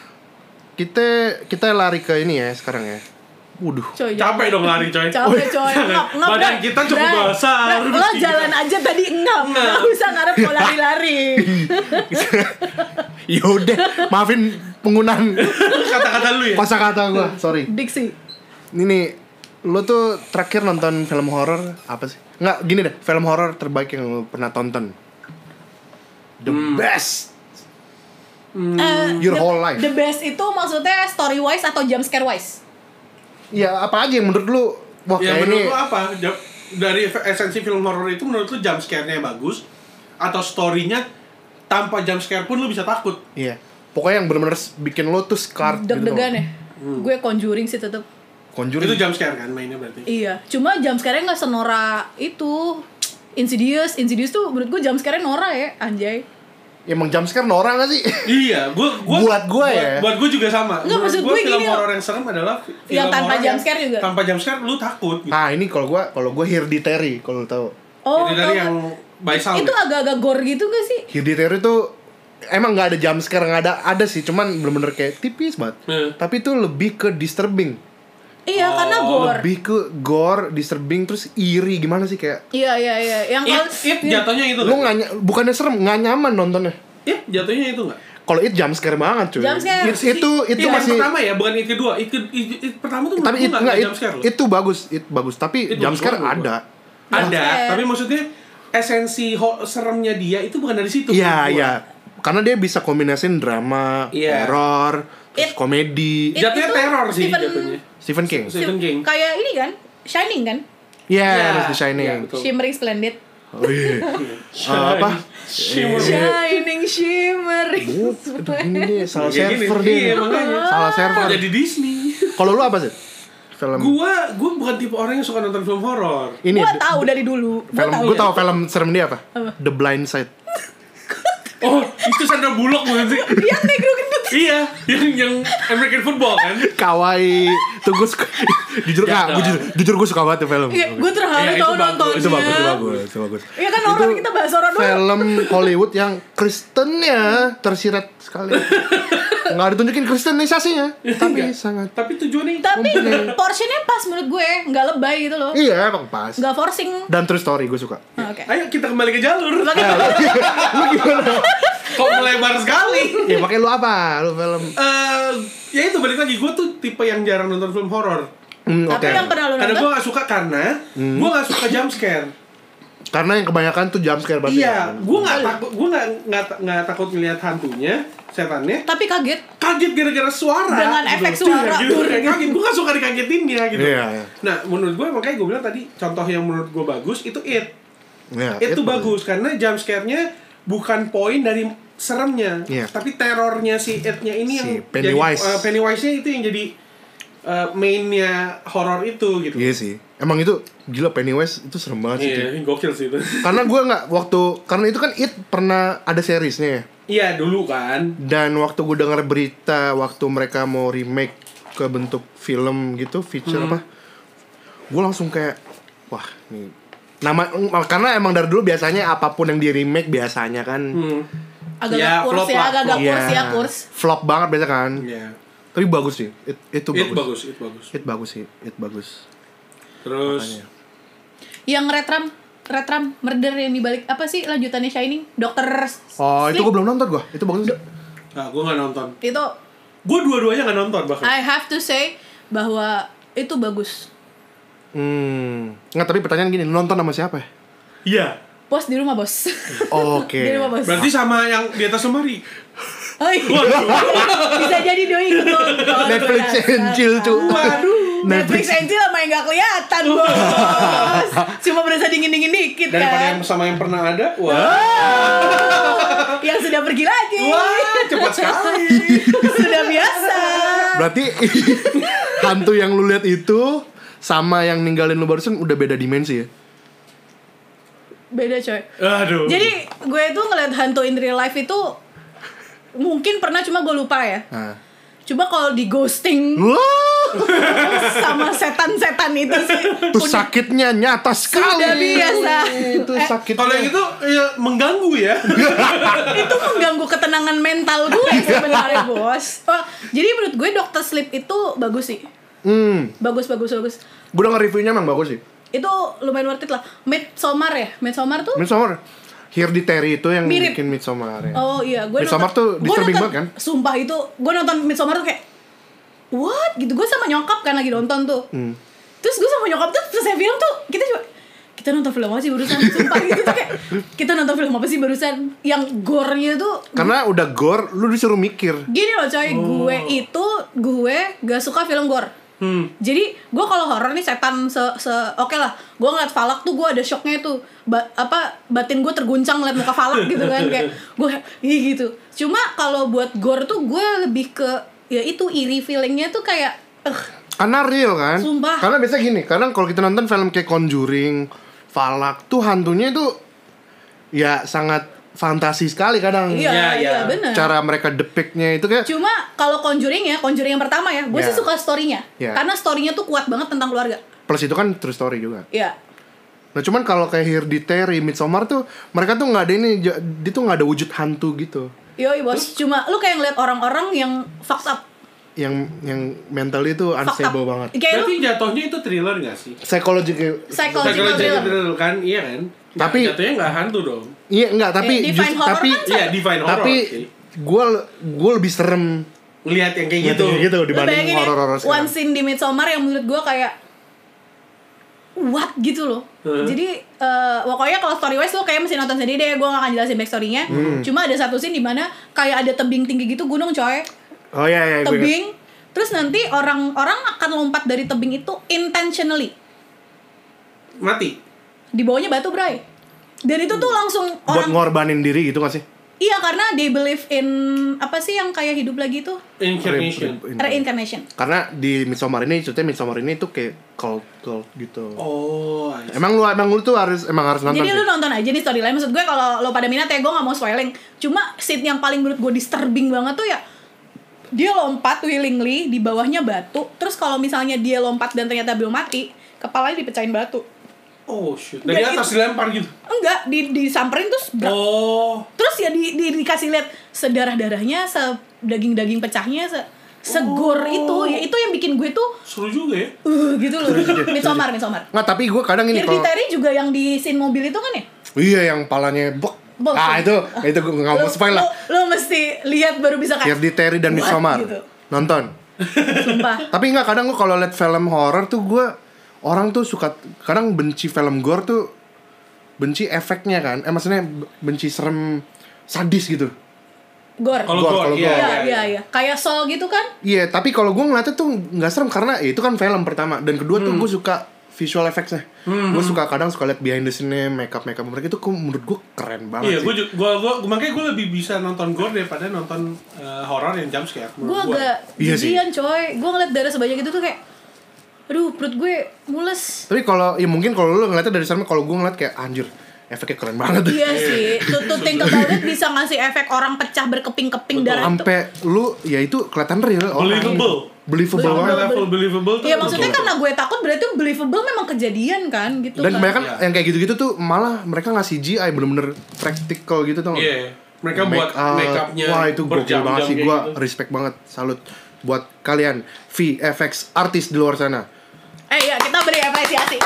kita kita lari ke ini ya sekarang ya. Waduh. Coy, Capek dong lari coy. Capek coy, ngap, ngap Badan Bray. kita cukup Bray, basah. Bray, Harus lo gitu. jalan aja tadi ngap, Ngap. nggak usah ngarep mau lari-lari. Yaudah, maafin penggunaan Kata-kata lu ya. kosakata gue. Sorry. Diksi. Ini nih, lo tuh terakhir nonton film horor apa sih? Nggak, gini deh, film horor terbaik yang lo pernah tonton. The best. Eh, Your the- whole life. The best itu maksudnya story wise atau jump scare wise? Ya apa aja yang menurut lu? Wah Ya kayak menurut ini. lu apa? Ja- Dari esensi film horor itu menurut lu jump scare-nya bagus atau story-nya tanpa jump scare pun lu bisa takut? Iya. Pokoknya yang benar-benar bikin lo tuh scarred gitu. Deg-degan loh. ya. Gue Conjuring sih tetep. Conjuring. Itu jump scare kan mainnya berarti? Iya, cuma jump scare-nya nggak senora itu. Insidious, Insidious tuh menurut gue jump scare-nya Nora ya, anjay. Ya, emang jump scare norak gak sih? Iya, gua, gua Buat gua ya. Buat gua juga sama. Nggak, Menurut maksud gua gue film gini, horor yang serem adalah fi- film yang tanpa horor jump scare juga. Tanpa jump scare lu takut gitu. Nah ini kalau gua kalau gua Hereditary kalau lu tahu. Oh, Jadi dari tau yang nggak? by sound. Itu ya? agak-agak gore gitu gak sih? Hereditary tuh emang nggak ada jump scare, nggak ada ada sih, cuman bener-bener kayak tipis banget. Hmm. Tapi itu lebih ke disturbing. Iya, Oh, karena gore. Lebih ke gore, disturbing, terus iri gimana sih kayak Iya, iya, iya. Yang It, kalau it jatuhnya itu lu nggak? nggak ny- bukannya serem, nggak nyaman nontonnya. It jatuhnya itu nggak? Kalau it jump scare banget cuy. Jump scare. It, itu itu It masih yang pertama ya, bukan it kedua. It, ke- it, it pertama tuh tapi menurut it, gua enggak, nggak it, jump scare loh. itu bagus, it bagus. Tapi It jump bagus scare banget, ada. Ada, Jump tapi maksudnya esensi ho- seremnya dia itu bukan dari situ. Iya, menurut gua. iya. Karena dia bisa kombinasin drama, Iya. horror, terus It- komedi. It Jatuhnya itu teror sih Stephen- jatuhnya. Stephen King. Stephen King. Kayak ini kan, Shining kan? Iya, Iya, yeah, The Shining. iya, betul. Shimmering Splendid. Oh, iya. Eh, apa? Shimmer. Shining, shimmering. Aduh, ini dia salah Kayak gini. server Iya, dia. makanya. Salah Kok server. jadi Disney? Kalau lu apa sih? Film Gua, gua bukan tipe orang yang suka nonton film horor. ini Gua the- tahu dari dulu. Gua film tahu. gue tau film serem dia apa? The Blind Side. Oh, itu Sandra Bullock bukan sih? Yang negro gendut. Iya, yang yang American football kan? Kawaii Itu gue suka. Jujur Ya, nggak, gue jujur, jujur gue suka banget tuh film. Iya, gue terharu Iya, itu tau bagus, nontonnya. Itu bagus, itu bagus, itu bagus. Iya kan orang Itu kita bahas horor dulu. Film Hollywood yang Kristennya tersirat sekali. Nggak ditunjukin kristenisasinya, tapi Enggak. sangat. Tapi tujuannya Tapi Mumpuni. portionnya pas menurut gue, nggak lebay gitu loh. Iya emang pas. Nggak forcing. Dan true story gue suka. Ah, Oke. Ayo kita kembali ke jalur. Lu gimana? Kok melebar sekali? Ya makanya lu apa? Lu film. Eh, ya itu balik lagi, gue tuh tipe yang jarang nonton film horor. Hmm, Tapi oke. yang pernah lu Karena gue nonton? gak suka karena gue gak suka jump scare. Karena yang kebanyakan tuh jump scare berarti. Iya, ya. gue nggak takut, gue nggak nggak nggak takut ngeliat hantunya, setannya. Tapi kaget. Kaget gara-gara suara. Dengan efek suara, Gitu, dur, kayak gitu. kaget. Gue gak suka dikagetinnya gitu. Iya, iya. Nah, menurut gue makanya gue bilang tadi contoh yang menurut gue bagus itu It. Iya, Itu bagus karena jump scare-nya bukan poin dari seremnya, Iya. tapi terornya si It-nya ini Si yang Pennywise. jadi uh, Pennywise-nya itu yang jadi uh, main-nya horor itu gitu. Iya sih. Emang itu gila Pennywise itu serem banget sih. Iya, gokil sih itu. Karena gue nggak waktu karena itu kan It pernah ada seriesnya ya. Iya, dulu kan. Dan waktu gue dengar berita waktu mereka mau remake ke bentuk film gitu, feature Hmm. apa, gue langsung kayak wah nih nama karena emang dari dulu biasanya apapun yang di remake biasanya kan Hmm. Agak Ya, kurs flop ya, lah, agak flop. kurs ya, kurs. flop banget biasa kan. Iya. Tapi bagus sih. It, itu It bagus. bagus, it bagus. It bagus sih. It bagus. Terus Makanya. Yang Retram, Retram Murder yang dibalik apa sih lanjutannya Shining? Dokter Oh, itu Sleep. gue belum nonton gue. Itu bagus. nah, gue nggak nonton. Itu Gue dua-duanya nggak nonton bahkan. I have to say bahwa itu bagus. Hmm. Nggak, tapi pertanyaan gini, lu nonton sama siapa ya? Iya. Bos di rumah, Bos. Oke. Di rumah, Bos. Berarti sama yang di atas lemari. Oh, iya. Bisa jadi doi gitu. Oh, Netflix berasa. and chill tuh. Waduh. Netflix and chill sama yang gak kelihatan, Bos. Cuma berasa dingin-dingin dikit Daripada kan. yang sama yang pernah ada. Wah. Yang sudah pergi lagi. Wah, cepat sekali. Sudah biasa. Berarti hantu yang lu lihat itu sama yang ninggalin lu barusan udah beda dimensi ya? Beda, coy. Aduh. Jadi gue tuh ngeliat hantu in real life itu mungkin pernah, cuma gue lupa ya. Nah. Coba kalau di ghosting Wah, sama setan-setan itu sih itu sakitnya nyata sekali. Sudah biasa. Itu Eh, sakitnya. Kalau yang itu ya, mengganggu ya. itu mengganggu ketenangan mental gue sebenarnya, Bos. Oh, jadi menurut gue Dokter Sleep itu bagus sih. Hmm, Bagus, bagus, bagus. gue denger reviewnya emang bagus sih. Itu lumayan worth it lah. Midsommar ya? Midsommar tuh? Midsommar. Hereditary itu yang Mirip. bikin Midsommar ya. Oh iya, gue Midsommar tuh gue disturbing nonton- banget kan? Sumpah itu, gue nonton Midsommar tuh kayak what? Gitu, gue sama nyokap kan lagi nonton tuh. Hmm. Terus gue sama nyokap tuh selesai film tuh kita coba kita nonton film apa sih barusan? Sumpah gitu tuh kayak kita nonton film apa sih barusan? Yang gore-nya tuh Karena udah gore, lu disuruh mikir. gini loh coy, Oh. gue itu gue gak suka film gore. Hmm. Jadi gue kalau horor nih setan se se oke lah. Gue ngeliat Falak tuh gue ada shocknya tuh. Ba- apa batin gue terguncang ngeliat muka Falak gitu kan kayak gue ih gitu. Cuma kalau buat gore tuh gue lebih ke ya itu iri feelingnya tuh kayak eh Karena real kan? Sumpah. Karena biasa gini, kadang kalau kita nonton film kayak Conjuring, Falak tuh hantunya itu ya sangat fantasi sekali kadang. iya Iya, iya iya. benar. Cara mereka depictnya itu kayak Cuma kalau Conjuring ya, Conjuring yang pertama ya, gue Ya. sih suka storynya. Ya. Karena storynya tuh kuat banget tentang keluarga. plus itu kan true story juga. Iya. Nah cuman kalau kayak Hereditary, Midsommar tuh mereka tuh nggak ada ini, j- dia tuh nggak ada wujud hantu gitu. Yoi bos. Cuma lu kayak ngeliat orang-orang yang fucked up. Yang yang mentally itu Fucked up. unstable banget. Kayak lu Berarti jatuhnya itu thriller gak sih? Psychological. psychological Psychological thriller. thriller kan, iya kan? Tapi- Nah, jatuhnya nggak hantu dong. Iya enggak, tapi Eh, define just- horror tapi kan Iya, divine horror. tapi sih. gue gue lebih serem Ngelihat yang kayak gitu, gitu. gitu Lu dibanding bayangin ya, horor-horor one sekarang. scene di Midsommar yang menurut gue kayak what gitu loh. Hmm. Jadi eh, pokoknya kalau story wise lo kayak mesti nonton sendiri deh. Gue gak akan jelasin backstory-nya. Hmm. Cuma ada satu scene dimana kayak ada tebing tinggi gitu, gunung coy. Oh iya iya gue ingat. Tebing. Terus nanti orang-orang akan lompat dari tebing itu intentionally. Mati. Di bawahnya batu, bray. Dan itu tuh langsung Buat orang. ngorbanin diri gitu gak sih? Iya, karena they believe in apa sih yang kayak hidup lagi tuh? Incarnation. Re- re- Reincarnation. Karena di Midsommar ini, ceritanya Midsommar ini tuh kayak cult cult gitu. Oh, I see. Emang lu emang lu tuh harus emang harus nonton Jadi sih. lu nonton aja nih storyline. Maksud gue kalau lo pada minat ya, gue gak mau spoiling. Cuma scene yang paling menurut gue disturbing banget tuh ya dia lompat willingly, di bawahnya batu. Terus kalau misalnya dia lompat dan ternyata belum mati, kepalanya dipecahin batu. Oh shit. Dari Dan atas itu- dilempar gitu. Enggak, di disamperin terus brak. Oh. Terus ya di, di dikasih lihat sedarah-darahnya, sedaging-daging pecahnya, se segor Oh. itu. Ya itu yang bikin gue tuh Seru juga ya. uh gitu loh. Midsommar, Midsommar. Nggak, tapi gue kadang ini kalau Hereditary juga yang di scene mobil itu kan ya? iya yang palanya bok. Bok. Ah itu itu gue nggak mau Lu- spoil lah. Lu, lu mesti lihat baru bisa kayak Hereditary dan what? Midsommar. Gitu. Nonton. Sumpah. Tapi nggak, kadang gue kalau liat film horor tuh gue orang tuh suka kadang benci film gore tuh benci efeknya kan. Eh maksudnya benci serem sadis gitu. Gor. Kalau Gua- gua kalau iya, gua- Iya, iya, iya. Kayak Soul gitu kan? Iya, tapi kalau gue ngeliatnya tuh nggak serem karena ya itu kan film pertama dan kedua tuh gue suka visual effects-nya. Gue suka kadang suka liat behind the scene-nya, makeup makeup mereka itu kok menurut gue keren banget Iya, sih. gue gua, gua, makanya gue lebih bisa nonton gore daripada nonton uh, horor yang jump scare. Gue menurut gua. agak Iya sih. jijian coy. Gue ngeliat darah sebanyak itu tuh kayak, aduh perut gue mules. Tapi kalau ya mungkin kalau lu ngeliatnya dari sana, kalau gue ngeliat kayak anjir efeknya keren banget. Iya sih. Tuh tuh think about it bisa ngasih efek orang pecah berkeping-keping darah itu. Sampai lu ya itu kelihatan real. orang- Believable. Believable Sampai banget. level believable tuh. Iya maksudnya betul. karena gue takut berarti believable memang kejadian kan gitu Dan kan. kebanyakan Iya. yang kayak gitu-gitu tuh malah mereka nggak C G I, bener-bener practical gitu tau nggak? Iya. Mereka buat make upnya wah itu gokil banget sih, gue gitu. respect banget, salut buat kalian V F X artis di luar sana. Eh ya kita beri apresiasi.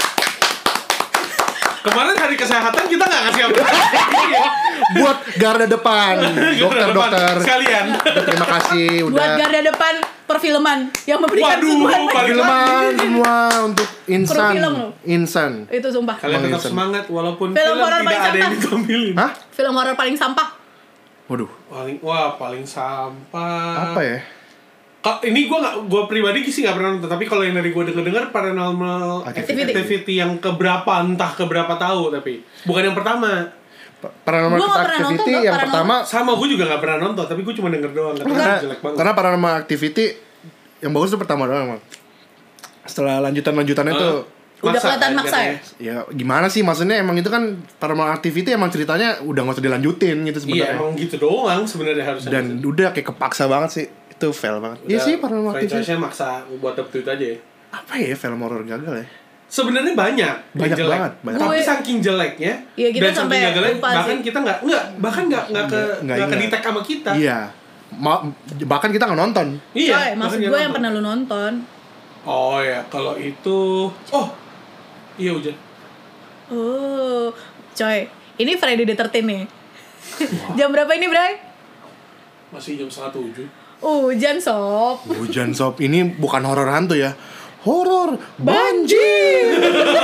Kemarin hari kesehatan kita nggak ngasih apresiasi ya. Buat garda depan, dokter-dokter, Sekalian. terima kasih Buat udah garda depan perfilman yang memberikan Waduh, sebuah balik filman semua untuk insan, film lu. insan. itu sumpah. Kalian tetap Menginsan. semangat walaupun Film film, horor tidak paling ada yang sampah. ditampilin. Hah? Film horor paling sampah. Waduh, Paling wah paling sampah. apa ya? Kak, ini gue nggak, gue pribadi sih nggak pernah nonton. Tapi kalau yang dari gue denger-dengar Paranormal Activity. Activity, yang keberapa entah keberapa tahu tapi bukan yang pertama. Paranormal Gua nggak pernah Activity nonton, yang Paranormal- pertama Sama gue juga nggak pernah nonton tapi gue cuma denger doang. Katanya karena, jelek banget. karena Paranormal Activity yang bagus tuh pertama doang emang. Setelah lanjutan-lanjutannya Hah? tuh Udah Maksa, kelihatan kan, maksa ya? katanya. ya gimana sih, maksudnya emang itu kan Paranormal Activity emang ceritanya udah gak usah dilanjutin gitu Iya sebenarnya. emang gitu doang sebenarnya harusnya. Dan udah kayak kepaksa banget sih. Itu fail banget. Iya sih Paranormal Activity. franchise-nya maksa buat dapet duit aja ya. Apa ya film horor gagal ya? Sebenarnya banyak, yang Banyak jelek. banget, banyak. Tapi Gue- saking jeleknya Iya, kita dan sampai saking gagalnya lupa bahkan sih. kita nggak nggak bahkan nggak nggak ke Nggak nggak ke ingat. detect sama kita. Iya. Ma- bahkan kita nggak nonton. Iya. Coy, maksud bahkan gue nggak yang nonton. pernah lu nonton. Oh ya, kalau itu oh iya hujan. Oh, coy. Ini Friday the thirteenth nih. Jam berapa ini, Bray? Masih jam setengah tujuh. Hujan, sob. Hujan sob, ini bukan horor hantu ya. Horor banjir.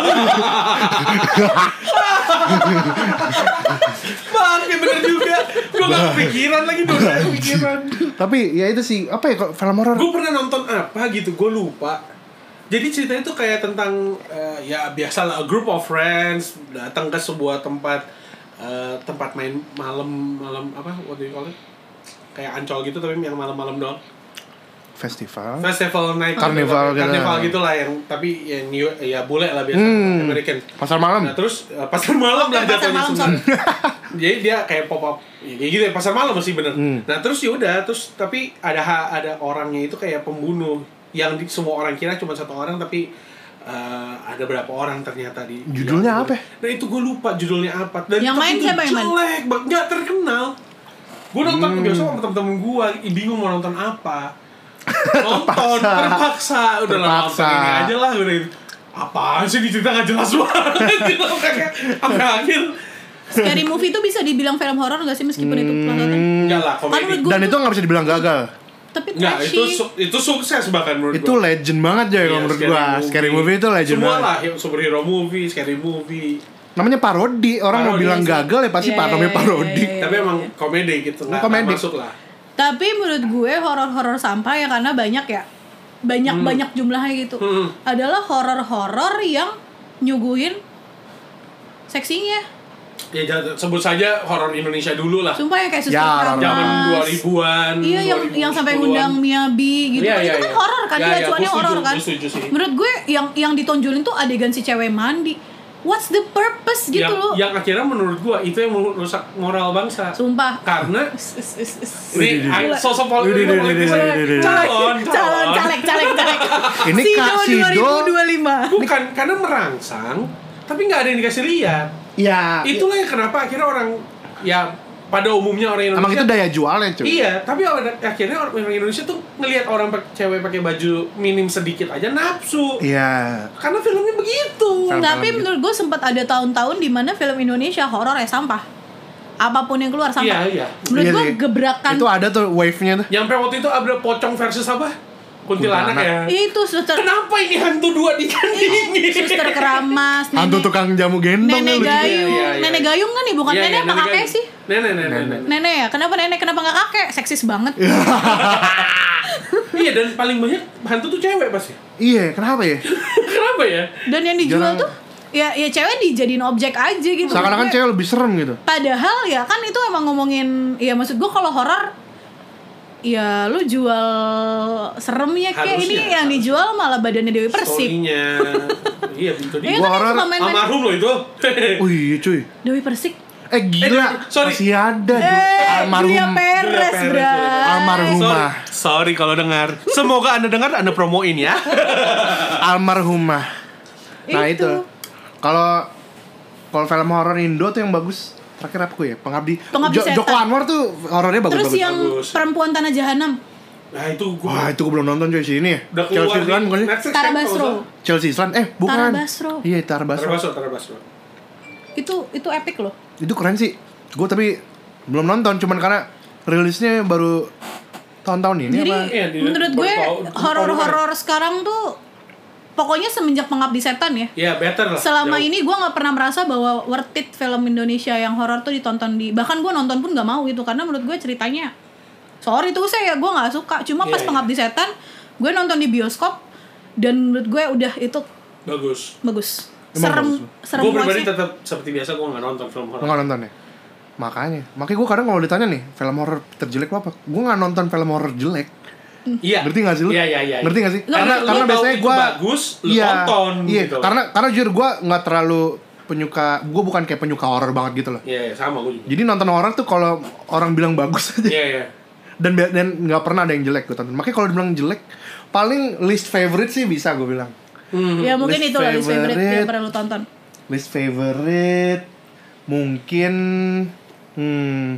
Bang, ya bener juga. Gue gak kepikiran lagi dong, gak kepikiran. Tapi ya itu sih, apa ya kok film horor? Gue pernah nonton apa gitu, gue lupa. Jadi ceritanya tuh kayak tentang eh, ya biasalah a group of friends datang ke sebuah tempat eh, tempat main malam malam apa what do you call it? Kayak Ancol gitu tapi yang malam-malam doang. Festival. Festival night Karnival gitu. karnival gitulah yang tapi yang New ya bule lah biasa Hmm. American. Pasar malam. Nah terus uh, pasar malam lah Pasar jatuhnya malam, sebenarnya. Jadi dia kayak pop up ya, kayak gitu ya pasar malam masih bener. Hmm. Nah terus ya udah terus tapi ada ha- ada orangnya itu kayak pembunuh yang di, semua orang kira cuma satu orang tapi uh, ada berapa orang ternyata di Judulnya di- apa? Nah itu gue lupa judulnya apa. Dan Yang tapi main itu siapa yang main? jelek banget, nggak terkenal. Gue nonton Hmm. biasa sama temen-temen gue bingung mau nonton apa. Nonton terpaksa udah lah Terpaksa. nonton ini aja lah udah gitu. Apaan sih di cerita nggak jelas banget gitu kayak sampai akhir. Scary movie itu bisa dibilang film horor gak sih meskipun itu plototnya? Enggak lah Kan komedi. menurut gue Dan itu nggak bisa dibilang gagal. tapi Enggak, trashy. itu su- itu sukses bahkan menurut Itu gua. legend banget ya Iya, kalau menurut gua. Scary movie itu legend Semua banget. lah, ya, superhero movie, scary movie. Namanya parodi. Orang mau Parodi bilang sih. gagal ya pasti Iya, pak namanya iya, parodi. iya, iya. Tapi emang komedi gitu, nggak Komedi. nggak masuk lah. Tapi menurut gue horor-horor sampah ya karena banyak ya. Banyak-banyak jumlahnya gitu. Hmm. Adalah horor-horor yang nyuguhin seksinya. Ya jangan- sebut saja horor Indonesia dulu lah. Sumpah ya kayak Suster Ya, Keramas. Zaman dua ribuan. Iya yang yang sampai ngundang Miyabi gitu. Iya, kan. iya, Itu kan iya. horor kan, Ya, dia ya, acuannya gua setuju, horor kan. gua setuju sih. Menurut gue yang yang ditonjolin tuh adegan si cewek mandi. what's the purpose gitu yang, loh. yang akhirnya menurut gua itu yang merusak moral bangsa. Sumpah. Karena Is- is- is- is- ini Widih, sosok Widih, politik widih, politik widih, widih, widih. calon calon caleg caleg caleg. Ini Kak Sido dua ribu dua puluh lima. bukan karena merangsang tapi nggak ada yang dikasih lihat. Ya, Itulah yang kenapa akhirnya orang ya pada umumnya orang Indonesia emang itu daya jualnya cuy. iya, tapi orang- akhirnya orang orang Indonesia tuh ngelihat orang pak- cewek pakai baju minim sedikit aja nafsu. Iya. Karena filmnya begitu. Film- Tapi gitu. menurut gue sempat ada tahun-tahun di mana film Indonesia horor ya sampah. Apapun yang keluar sampah. Iya, iya. Menurut Iya gue sih. gebrakan Itu ada tuh wave-nya tuh. Yang waktu itu ada pocong versus apa? Kuntilanak Kuntilanak. ya. itu suster Kenapa ini hantu dua dikandingin? suster keramas, Hantu nenek, tukang jamu gendong nenek ya lucu. gayung, Iya, iya. nenek gayung kan nih bukan Iya, nenek iya, apa kakek gayung. sih? Nenek, nenek, Nenek. nenek. Nenek ya, kenapa nenek kenapa nggak kakek? Seksis banget. Iya, dan paling banyak hantu tuh cewek pasti. Iya, kenapa ya? Kenapa ya? Dan yang dijual Jarang- tuh ya ya cewek dijadiin objek aja gitu. Seakan-akan Maksudnya, cewek lebih serem gitu. padahal ya kan itu emang ngomongin ya maksud gue kalau horor ya lu jual seremnya kayak Harusnya. ini yang dijual malah badannya Dewi Persik. Story-nya. Iya, betul Iya dia. Gua kan horor itu suka main-main Almarhum loh itu. Oh iya cuy. Dewi Persik. Eh gila, Eh, sorry. masih ada Eh, Julia almarhum Perez, Julia Perez, bray. almarhumah. Sorry, sorry kalau dengar. Semoga Anda dengar, Anda promoin ya. almarhumah. Nah itu. Itu. Kalau kalau film horor Indo tuh yang bagus terakhir apa gue ya? Pengabdi. Pengabdi Jo- Setan. Joko Anwar tuh horornya bagus Terus bagus. yang bagus. perempuan tanah jahanam. Nah, itu gua Wah itu gue belum nonton cuy sih ini ya. udah keluar Chelsea di Island bukan sih? Netflix Tara kan, kalau Basro. nggak Chelsea Island eh bukan. Tara Basro. Iya Tara salah. Basro. Tara Basro, Tara Basro. Itu itu epic loh. Itu keren sih. Gue tapi belum nonton cuman karena rilisnya baru tahun-tahun ini Jadi apa? Iya, di- menurut baru gue tahu. horor-horor sekarang tuh pokoknya semenjak Pengabdi Setan ya. Iya, better lah. Selama Jauh. ini gue nggak pernah merasa bahwa worth it film Indonesia yang horor tuh ditonton di bahkan gue nonton pun nggak mau gitu karena menurut gue ceritanya sorry tuh saya gue nggak suka cuma pas Iya, iya. Pengabdi Setan gue nonton di bioskop dan menurut gue udah itu bagus. bagus Emang serem bagus. serem Gue pribadi watch-nya. tetap seperti biasa gue nggak nonton film Gue horor. gak nonton ya. Makanya Makanya gue kadang kalau ditanya nih film horor terjelek lo apa? Gue gak nonton film horor jelek. Iya. Ngerti gak sih lu? Iya, iya, iya. Ngerti gak sih? Nggak, karena lu karena tahu biasanya itu gue bagus, lu tonton Iya gitu. karena, karena jujur gue gak terlalu penyuka. Gue bukan kayak penyuka horor banget gitu loh. Iya, iya, sama gue juga. Jadi nonton horor tuh kalau orang bilang bagus aja. Iya, iya. Dan dan nggak pernah ada yang jelek gue tonton. Makanya kalau dibilang jelek paling least favorite sih bisa gue bilang. Hmm. ya mungkin Least itu lah least favorite favorite. yang pernah lu tonton. Least favorite mungkin hmm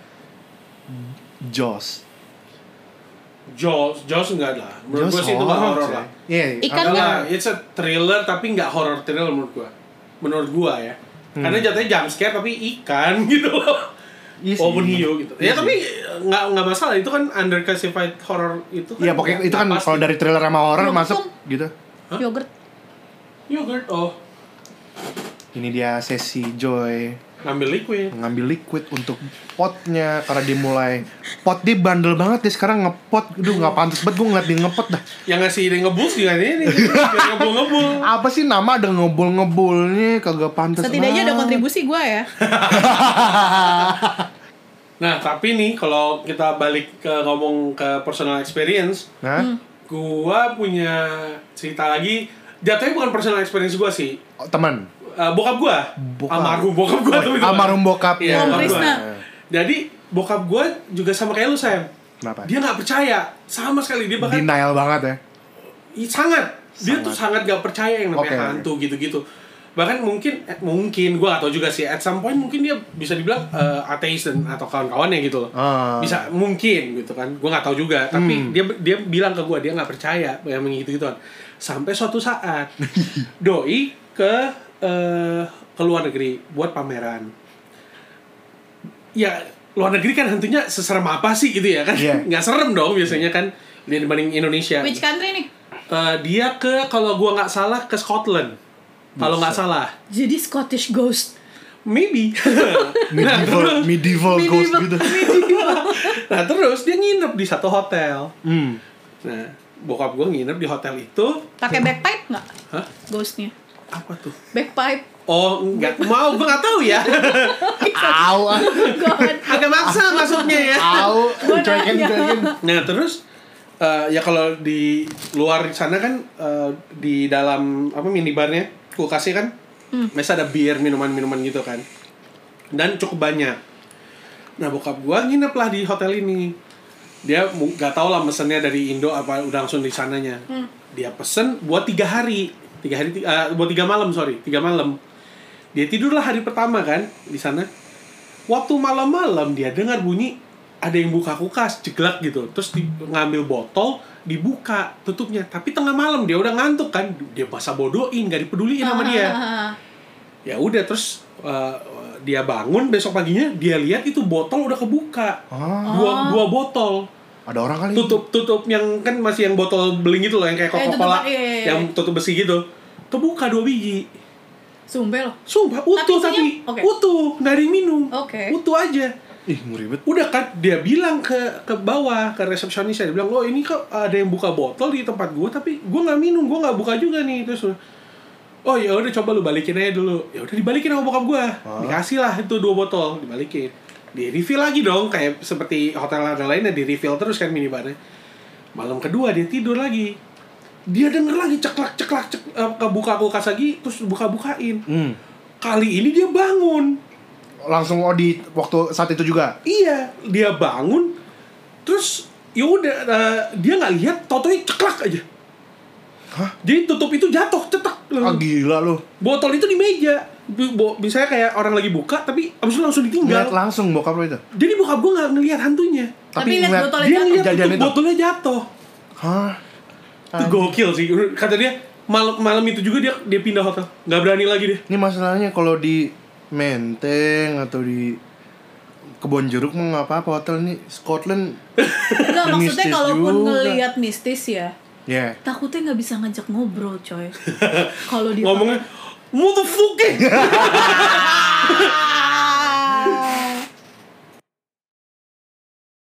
Jaws. Jaws, Jaws enggak lah. Menurut gue Jaws sih itu nggak horor horor sih. lah. Iya. Ikan apa- Enggak, it's a thriller tapi nggak horror thriller menurut gua. Menurut gua ya. Hmm. Karena jatuhnya jump scare tapi ikan gitu loh. Iya sih. Walaupun hiu gitu. Iya Ya sih. tapi nggak nggak masalah itu kan under classified horror itu kan. Iya pokoknya itu kan nggak pasti. kalau dari thriller sama horror Yogurt masuk dong. gitu. Hah? Yogurt yogurt oh Ini dia sesi Joy ngambil liquid. ngambil liquid untuk potnya karena dia mulai pot dia bandel banget deh sekarang ngepot. Aduh nggak pantas banget gue ngeliat dia ngepot dah. Yang ngasih ide ngebul sih kan ini. Biar ngebul-ngebul. Apa sih nama ada ngebul-ngebulnya kagak pantas. setidaknya ada banget. kontribusi gue ya. Nah, tapi nih kalau kita balik ke ngomong ke personal experience, Nah, Hmm. gua punya cerita lagi. Jatuhnya bukan personal experience gua sih. oh, teman. Uh, bokap gua, Bokap. almarhum bokap gua tuh. Almarhum bokap. Iya, Om bokap Krisna. gua. Jadi bokap gua juga sama kayak lu, Sam. Kenapa? Dia nggak percaya sama sekali, dia bahkan Denial banget ya. i- sangat. Dia Sangat. tuh sangat gak percaya yang namanya Oke, oke. hantu gitu-gitu. Bahkan mungkin eh, mungkin gua gak tahu juga sih, at some point mungkin dia bisa dibilang uh, ateis dan atau kawan-kawannya gitu loh. Ah. Bisa mungkin gitu kan. Gua nggak tahu juga, tapi Hmm. dia dia bilang ke gua dia nggak percaya yang gitu-gituan. Sampai suatu saat doi ke eh, ke luar negeri buat pameran. Ya, luar negeri kan hantunya seserem apa sih gitu ya kan? Iya. Nggak serem dong biasanya kan dia dibanding Indonesia. Which country nih? Eh, dia ke kalau gua nggak salah ke Scotland. Kalau nggak salah. Jadi Scottish Ghost. Maybe. nah, Medieval, terus, medieval ghost gitu. nah terus dia nginep di satu hotel. Hmm. Nah, bokap gue nginep di hotel itu. Pakai bagpipe nggak? Hah? Ghostnya. Apa tuh? Bagpipe. Oh, enggak mau, gue nggak tahu ya. Au, ah. God. Agak maksa masuknya ya. au, cuekin cuekin. Nah, terus eh, ya kalau di luar sana kan eh, di dalam apa minibarnya kulkasnya kan Biasa ada bir, minuman-minuman gitu kan. Dan cukup banyak. Nah bokap gue nginep lah di hotel ini. Dia gak tau lah mesennya dari Indo apa udah langsung di sananya. Hmm. Dia pesen buat tiga hari, tiga hari, uh, buat tiga malam sorry, tiga malam. Dia tidurlah hari pertama kan di sana. Waktu malam-malam dia dengar bunyi ada yang buka kulkas, jeglak gitu. Terus di, ngambil botol, dibuka tutupnya. Tapi tengah malam dia udah ngantuk kan, dia masa bodohin, gak dipeduliin sama dia. Ya udah terus uh, dia bangun besok paginya, dia lihat itu botol udah kebuka. Ah. Dua dua botol. Ada orang kali. Tutup tutup yang kan masih yang botol beling gitu loh, yang kayak Coca-Cola, eh, iya, iya, iya. yang tutup besi gitu. Kebuka dua biji. Sumpah loh. Sumpah utuh tapi, tapi okay. utuh, nggak ada yang minum. Okay. Utuh aja. Ih, ngeri banget. Udah kan dia bilang ke ke bawah ke resepsionisnya, dia bilang, "Oh, ini kok ada yang buka botol di tempat gua tapi gua nggak minum, gua nggak buka juga nih." Terus oh ya udah coba lu balikin aja dulu. Ya udah dibalikin sama bokap gua. Ah. Dikasih lah itu dua botol, dibalikin. Di refill lagi dong kayak seperti hotel lainnya, di refill terus kan minibarnya. Malam kedua dia tidur lagi. Dia denger lagi ceklak ceklak cek, uh, kebuka kulkas lagi terus buka-bukain. Hmm. Kali ini dia bangun. Langsung oh di waktu saat itu juga. Iya, dia bangun terus ya udah uh, dia nggak lihat, tau-taunya ceklak aja. Hah? Jadi tutup itu jatuh, cetak. Ah gila lu. Botol itu di meja. Misalnya kayak orang lagi buka tapi abis itu langsung ditinggal. Lihat langsung bokap lu itu. Jadi bokap gue nggak ngelihat hantunya. Tapi, Tapi lihat ngeliat, botolnya dia jatuh. ngeliat tutup botolnya jatuh. Hah? Itu gokil sih. Kata dia malam malam itu juga dia dia pindah hotel. Nggak berani lagi dia. Ini masalahnya kalau di Menteng atau di Kebon Jeruk mah nggak apa-apa, hotel ini Scotland. Enggak, maksudnya kalaupun juga. ngelihat mistis ya. Ya. Yeah. Takutnya nggak bisa ngajak ngobrol, coy. Kalau dia ngomongnya motherfucking.